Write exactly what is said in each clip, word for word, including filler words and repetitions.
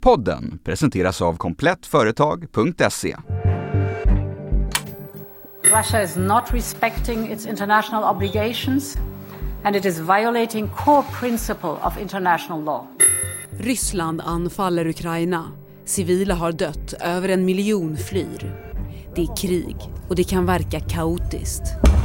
Podden presenteras av komplett företag punkt se. Russia is not respecting its international obligations and it is violating core principle of international law. Ryssland anfaller Ukraina. Civila har dött, över en miljon flyr. Det är krig och det kan verka kaotiskt.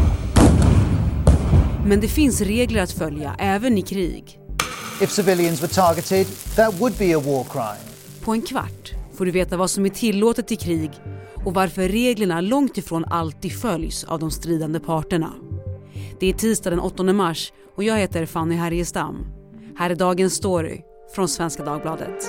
Men det finns regler att följa även i krig. If civilians were targeted, that would be a war crime. På en kvart får du veta vad som är tillåtet i krig och varför reglerna långt ifrån alltid följs av de stridande parterna. Det är tisdag den åttonde mars och jag heter Fanny Härjestam. Här är dagens story från Svenska Dagbladet.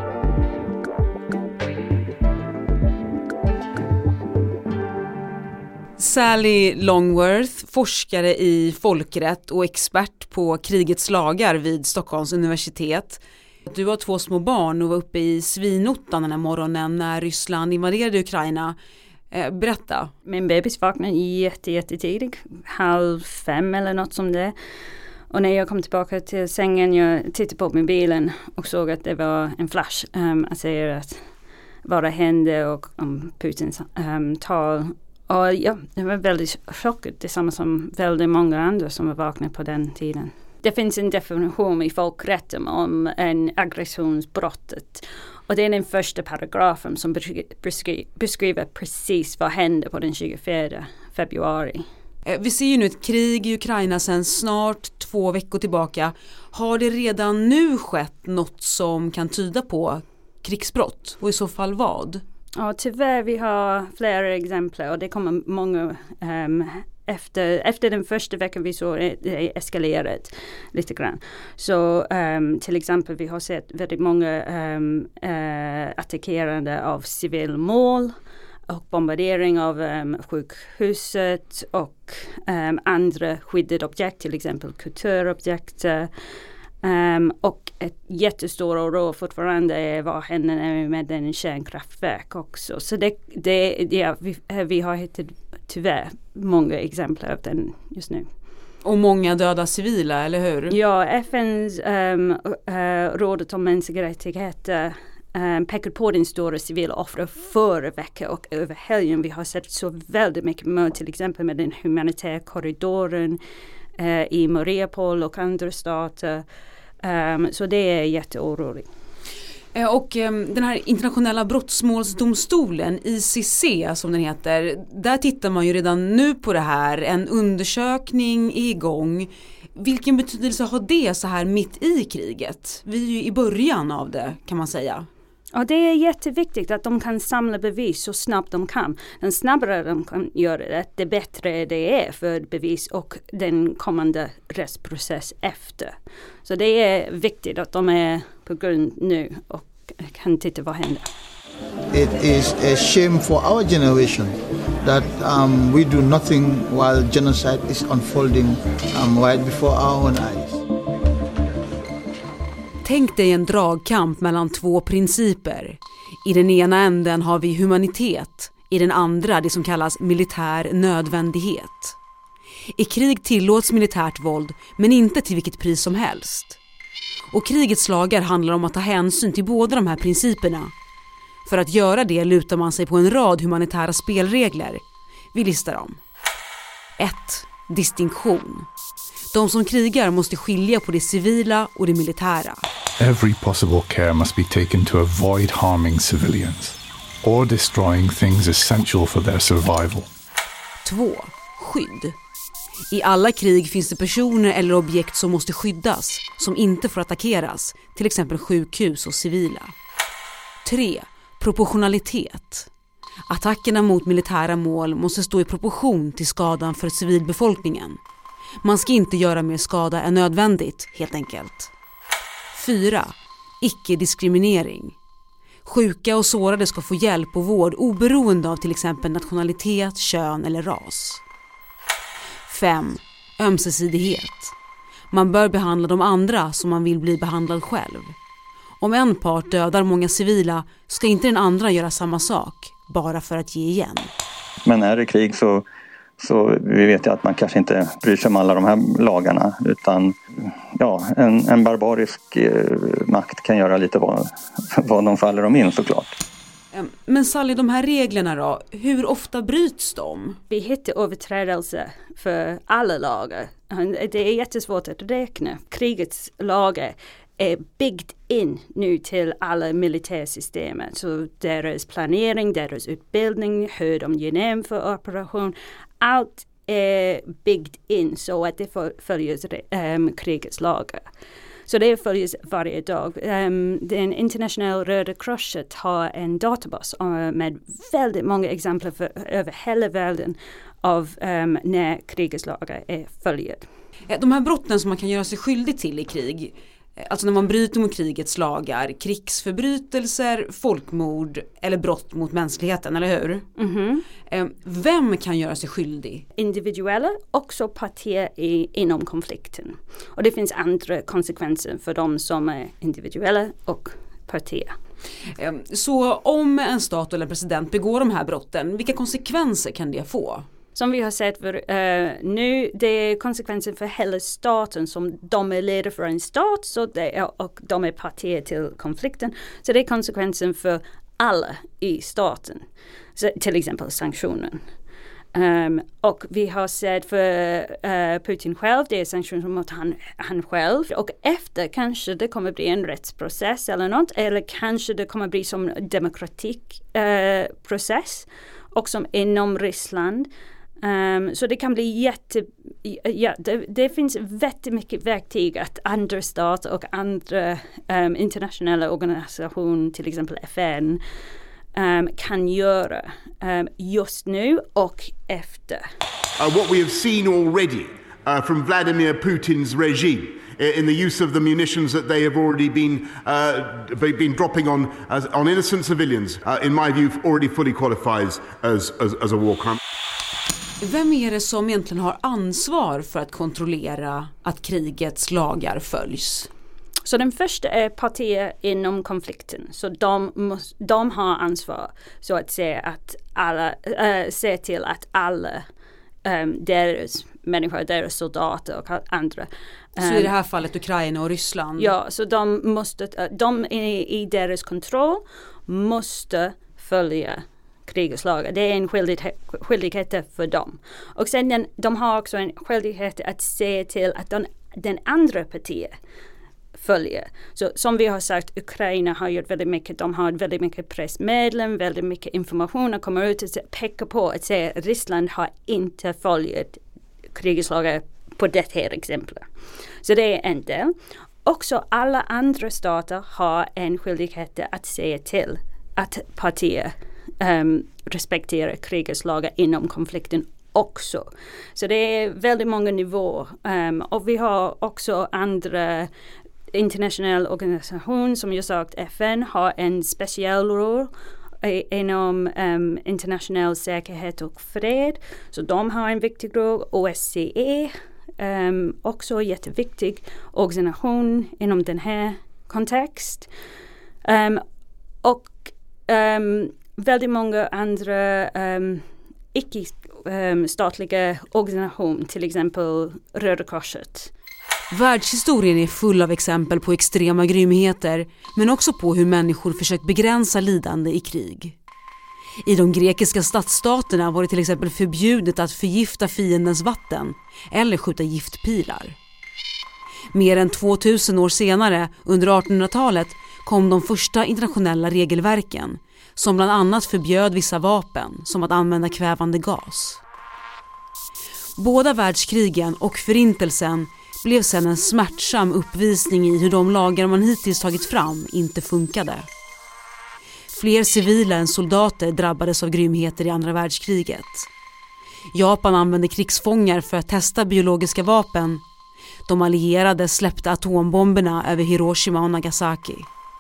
Sally Longworth, forskare i folkrätt och expert på krigets lagar vid Stockholms universitet. Du har två små barn och var uppe i Svinottan den här morgonen när Ryssland invaderade Ukraina. Eh, berätta. Min bebis vaknade jätte, jätte tidigt, halv fem eller något som det. Och när jag kom tillbaka till sängen, jag tittade på mobilen och såg att det var en flash. Um, jag säger att vad det hände och om Putins um, tal. Och ja, det var väldigt chockigt. Det är samma som väldigt många andra som var vakna på den tiden. Det finns en definition i folkrätten om en aggressionsbrottet. Och det är den första paragrafen som beskri- beskriver precis vad hände på den tjugofjärde februari. Vi ser ju nu ett krig i Ukraina sedan snart två veckor tillbaka. Har det redan nu skett något som kan tyda på krigsbrott? Och i så fall vad? Ja, tyvärr vi har flera exempel och det kommer många um, efter, efter den första veckan vi såg det eskalerat lite grann. Så um, till exempel vi har sett väldigt många um, uh, attackerande av civilmål och bombardering av um, sjukhuset och um, andra skyddade objekt, till exempel kulturobjekt. Um, och ett jättestor oro fortfarande är vad händer med den kärnkraftverk också. Så det, det, ja, vi, vi har hittat tyvärr många exempel av den just nu. Och många döda civila, eller hur? Ja, F N:s um, uh, rådet om mänskliga rättigheter um, pekar på den stora civila offren förra veckan och över helgen. Vi har sett så väldigt mycket med, till exempel med den humanitära korridoren uh, i Mariupol och andra stater. Um, så det är jätteoroligt. Och um, den här internationella brottmålsdomstolen, I C C som den heter, där tittar man ju redan nu på det här. En undersökning är igång. Vilken betydelse har det så här mitt i kriget? Vi är ju i början av det, kan man säga. Ja, det är jätteviktigt att de kan samla bevis så snabbt de kan. Den snabbare de kan göra det, det bättre det är för bevis och den kommande rättsprocess efter. Så det är viktigt att de är på grund nu och kan titta vad händer. It is a shame for our generation that um, we do nothing while genocide is unfolding um, right before our own eyes. Tänk dig en dragkamp mellan två principer. I den ena änden har vi humanitet, i den andra det som kallas militär nödvändighet. I krig tillåts militärt våld, men inte till vilket pris som helst. Och krigets lagar handlar om att ta hänsyn till båda de här principerna. För att göra det lutar man sig på en rad humanitära spelregler. Vi listar dem. ett. Distinktion. De som krigar måste skilja på det civila och det militära. Every possible care must be taken to avoid harming civilians or destroying things essential for their survival. två. Skydd. I alla krig finns det personer eller objekt som måste skyddas, som inte får attackeras, till exempel sjukhus och civila. tre. Proportionalitet. Attackerna mot militära mål måste stå i proportion till skadan för civilbefolkningen. Man ska inte göra mer skada än nödvändigt, helt enkelt. fyra. Icke-diskriminering. Sjuka och sårade ska få hjälp och vård oberoende av till exempel nationalitet, kön eller ras. fem. Ömsesidighet. Man bör behandla de andra som man vill bli behandlad själv. Om en part dödar många civila ska inte den andra göra samma sak, bara för att ge igen. Men är det krig så Så vi vet ju att man kanske inte bryr sig om alla de här lagarna, utan ja, en, en barbarisk eh, makt kan göra lite vad, vad de faller dem in såklart. Men Sally, de här reglerna då, hur ofta bryts de? Vi hittar överträdelser för alla lagar. Det är jättesvårt att räkna. Krigets lagar är byggt in nu till alla militärsystemen. Så deras planering, deras utbildning, hur de genomför operation, allt är byggt in så att det följer um, krigets lagar. Så det följs varje dag. Um, den internationella Röda Korset har en databas uh, med väldigt många exempel för, över hela världen av um, när krigets lagar är följda. De här brotten som man kan göra sig skyldig till i krig, alltså när man bryter mot krigets lagar, krigsförbrytelser, folkmord eller brott mot mänskligheten, eller hur? Mm-hmm. Vem kan göra sig skyldig? Individuella, också partier i, inom konflikten. Och det finns andra konsekvenser för de som är individuella och partier. Så om en stat eller president begår de här brotten, vilka konsekvenser kan det få? Som vi har sett för, uh, nu, det är konsekvenser för hela staten, som de är ledare för en stat så det är, och de är partier till konflikten. Så det är konsekvenser för alla i staten, så, till exempel sanktionen. Um, och vi har sett för uh, Putin själv, det är sanktioner mot han, han själv. Och efter kanske det kommer bli en rättsprocess eller något, eller kanske det kommer bli som en demokratisk uh, process, och som inom Ryssland. Um, så det kan bli jätte... Ja, det, det finns väldigt mycket verktyg att andra stater och andra um, internationella organisationer, till exempel F N, um, kan göra um, just nu och efter. Uh, what we have seen already uh, from Vladimir Putin's regime in the use of the munitions that they have already been uh, been dropping on as, on innocent civilians, uh, in my view, already fully qualifies as, as, as a war crime. Vem är det som egentligen har ansvar för att kontrollera att krigets lagar följs? Så den första är partier inom konflikten. Så de, måste, de har ansvar så att se, att alla, äh, se till att alla um, deras människor, deras soldater och andra. Um, så i det här fallet Ukraina och Ryssland? Ja, så de måste, de i, i deras kontroll måste följa krigets lagar. Det är en skyldighet, skyldighet för dem. Och sen den, de har också en skyldighet att se till att den, den andra partiet följer. Så som vi har sagt, Ukraina har gjort väldigt mycket. De har väldigt mycket pressmedel, väldigt mycket information och kommer ut och pekar på att säga att Ryssland har inte följt krigets lagar på det här exemplet. Så det är en del. Också alla andra stater har en skyldighet att se till att partier Um, respektera krigets lagar inom konflikten också. Så det är väldigt många nivåer. Um, och vi har också andra internationella organisationer, som jag sagt, F N har en speciell roll inom um, internationell säkerhet och fred. Så de har en viktig roll. O S C E um, också en jätteviktig organisation inom den här kontext. Um, och um, väldigt många andra um, icke-statliga um, organisationer, till exempel Röda Korset. Världshistorien är full av exempel på extrema grymheter, men också på hur människor försökt begränsa lidande i krig. I de grekiska stadsstaterna var det till exempel förbjudet att förgifta fiendens vatten eller skjuta giftpilar. Mer än tvåtusen år senare, under artonhundratalet, kom de första internationella regelverken, som bland annat förbjöd vissa vapen, som att använda kvävande gas. Båda världskrigen och förintelsen blev sedan en smärtsam uppvisning i hur de lagar man hittills tagit fram inte funkade. Fler civila än soldater drabbades av grymheter i andra världskriget. Japan använde krigsfångar för att testa biologiska vapen. De allierade släppte atombomberna över Hiroshima och Nagasaki.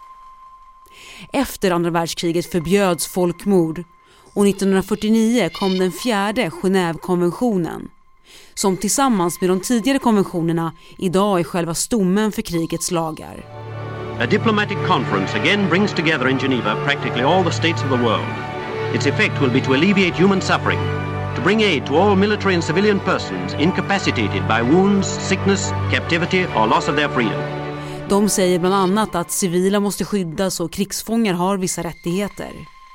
Efter andra världskriget förbjöds folkmord, och nittonhundrafyrtionio kom den fjärde Genèvekonventionen, som tillsammans med de tidigare konventionerna idag är själva stommen för krigets lagar. A diplomatic conference again brings together in Geneva practically all the states of the world. Its effect will be to alleviate human suffering to bring aid to all military and civilian persons incapacitated by wounds, sickness, captivity or loss of their freedom. De säger bland annat att civila måste skyddas och krigsfångar har vissa rättigheter.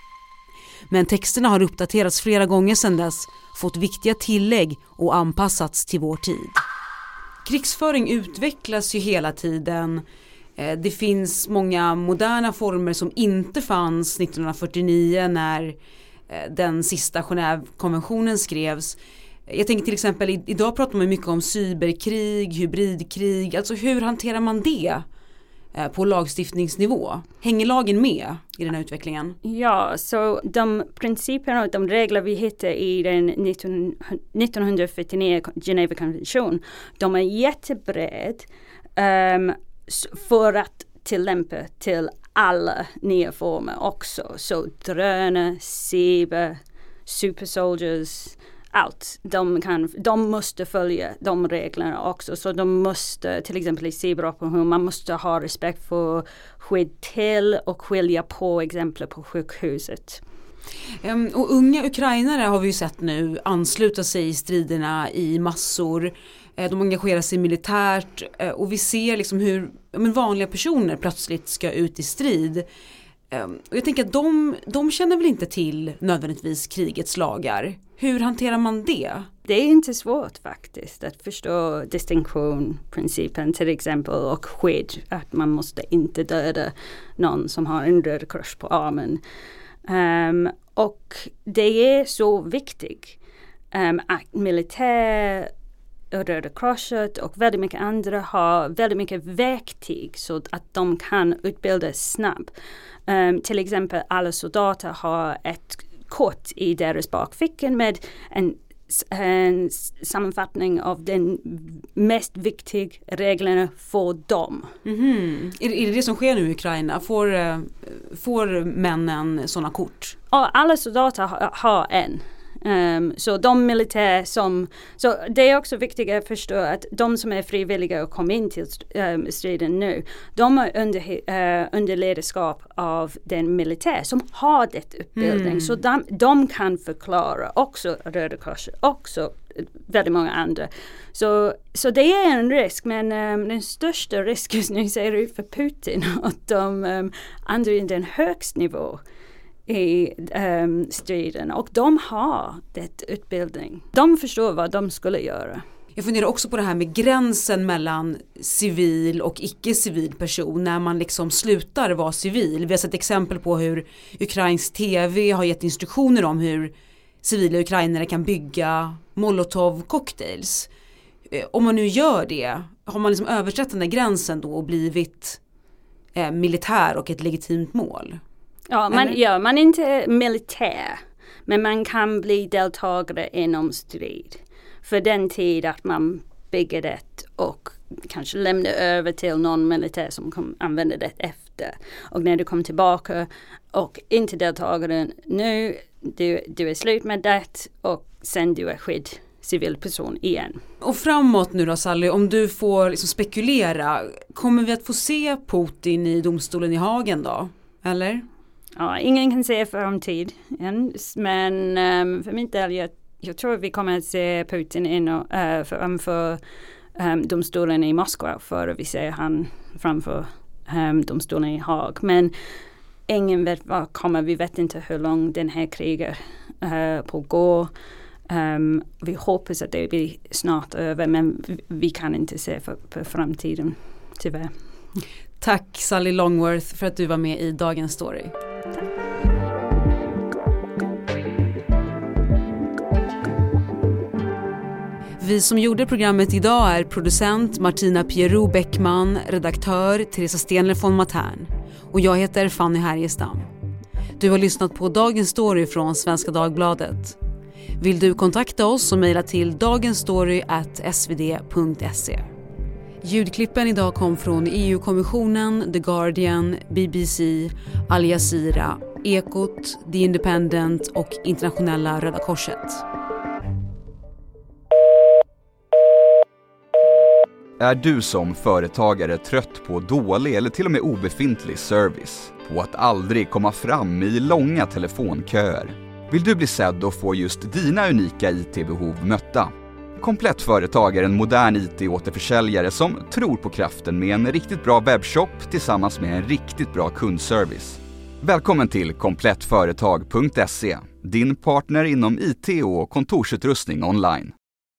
Men texterna har uppdaterats flera gånger sedan dess, fått viktiga tillägg och anpassats till vår tid. Krigsföring utvecklas ju hela tiden. Det finns många moderna former som inte fanns nittonhundrafyrtionio när den sista Genèvekonventionen skrevs. Jag tänker till exempel, idag pratar man mycket om cyberkrig, hybridkrig. Alltså hur hanterar man det på lagstiftningsnivå? Hänger lagen med i den här utvecklingen? Ja, så de principerna och de regler vi hittar i den nittonhundrafyrtionio Genèvekonvention, de är jättebred um, för att tillämpa till alla nya former också. Så drönare, cyber, supersoldiers, allt. De, kan, de måste följa de reglerna också. Så de måste, till exempel i cyberoperation, man måste ha respekt för skydd till och skilja på exempel på sjukhuset. Um, och unga ukrainare har vi ju sett nu ansluta sig i striderna i massor. De engagerar sig militärt och vi ser liksom hur men vanliga personer plötsligt ska ut i strid. Och jag tänker att de, de känner väl inte till nödvändigtvis krigets lagar. Hur hanterar man det? Det är inte svårt faktiskt att förstå distinktionprincipen till exempel och skydd. Att man måste inte döda någon som har en röd kors på armen. Um, och det är så viktigt um, att militär och Röda Korset och väldigt mycket andra har väldigt mycket verktyg så att de kan utbildas snabbt. Um, till exempel alla soldater har ett kort i deras bakfickan med en, en sammanfattning av den mest viktiga reglerna för dem. Mm-hmm. Är, är det det som sker nu i Ukraina? Får, uh, får männen sådana kort? Ja, alla soldater har, har en. Um, så de militär som, så det är också viktigt att förstå att de som är frivilliga och kommer in till um, striden nu, de är under, uh, under ledarskap av den militär som har det utbildning. Mm. Så de, de kan förklara också Röda Korset, också väldigt många andra. Så, så det är en risk, men um, den största risken nu ser ut för Putin att de um, andra i den högsta nivå i um, striden och de har det utbildning. De förstår vad de skulle göra. Jag funderar också på det här med gränsen mellan civil och icke-civil person när man liksom slutar vara civil. Vi har sett exempel på hur ukrainsk tv har gett instruktioner om hur civila ukrainare kan bygga molotov-cocktails. Om man nu gör det, har man liksom överträtt den där gränsen då och blivit eh, militär och ett legitimt mål? Ja, man, ja, man är inte militär, men man kan bli deltagare inom strid. För den tid att man bygger det och kanske lämnar över till någon militär som kommer använda det efter. Och när du kommer tillbaka och inte deltagare nu, du, du är slut med det och sen du är skydd civilperson igen. Och framåt nu då, Sally, om du får liksom spekulera, kommer vi att få se Putin i domstolen i Hagen då? Eller? Ja, ingen kan säga framtid än, men um, för min del, jag, jag tror vi kommer att se Putin in och, uh, framför um, domstolen i Moskva för att vi ser han framför um, domstolen i Haag. Men ingen vet vad kommer, vi vet inte hur lång den här kriget uh, pågår. Um, vi hoppas att det blir snart över, men vi, vi kan inte se för, för framtiden, tyvärr. Tack Sally Longworth för att du var med i Dagens Story. Tack. Vi som gjorde programmet idag är producent Martina Pierrot Bäckman, redaktör Teresa Stenler von Matern och jag heter Fanny Härjestam. Du har lyssnat på Dagens Story från Svenska Dagbladet. Vill du kontakta oss så mejla till dagensstory at s v d punkt se. Ljudklippen idag kom från E U-kommissionen, The Guardian, B B C, Al Jazeera, Ekot, The Independent och Internationella Röda Korset. Är du som företagare trött på dålig eller till och med obefintlig service? På att aldrig komma fram i långa telefonköer? Vill du bli sedd och få just dina unika I T-behov mötta? Komplett Företag är en modern I T-återförsäljare som tror på kraften med en riktigt bra webbshop tillsammans med en riktigt bra kundservice. Välkommen till komplett företag punkt se, din partner inom I T och kontorsutrustning online.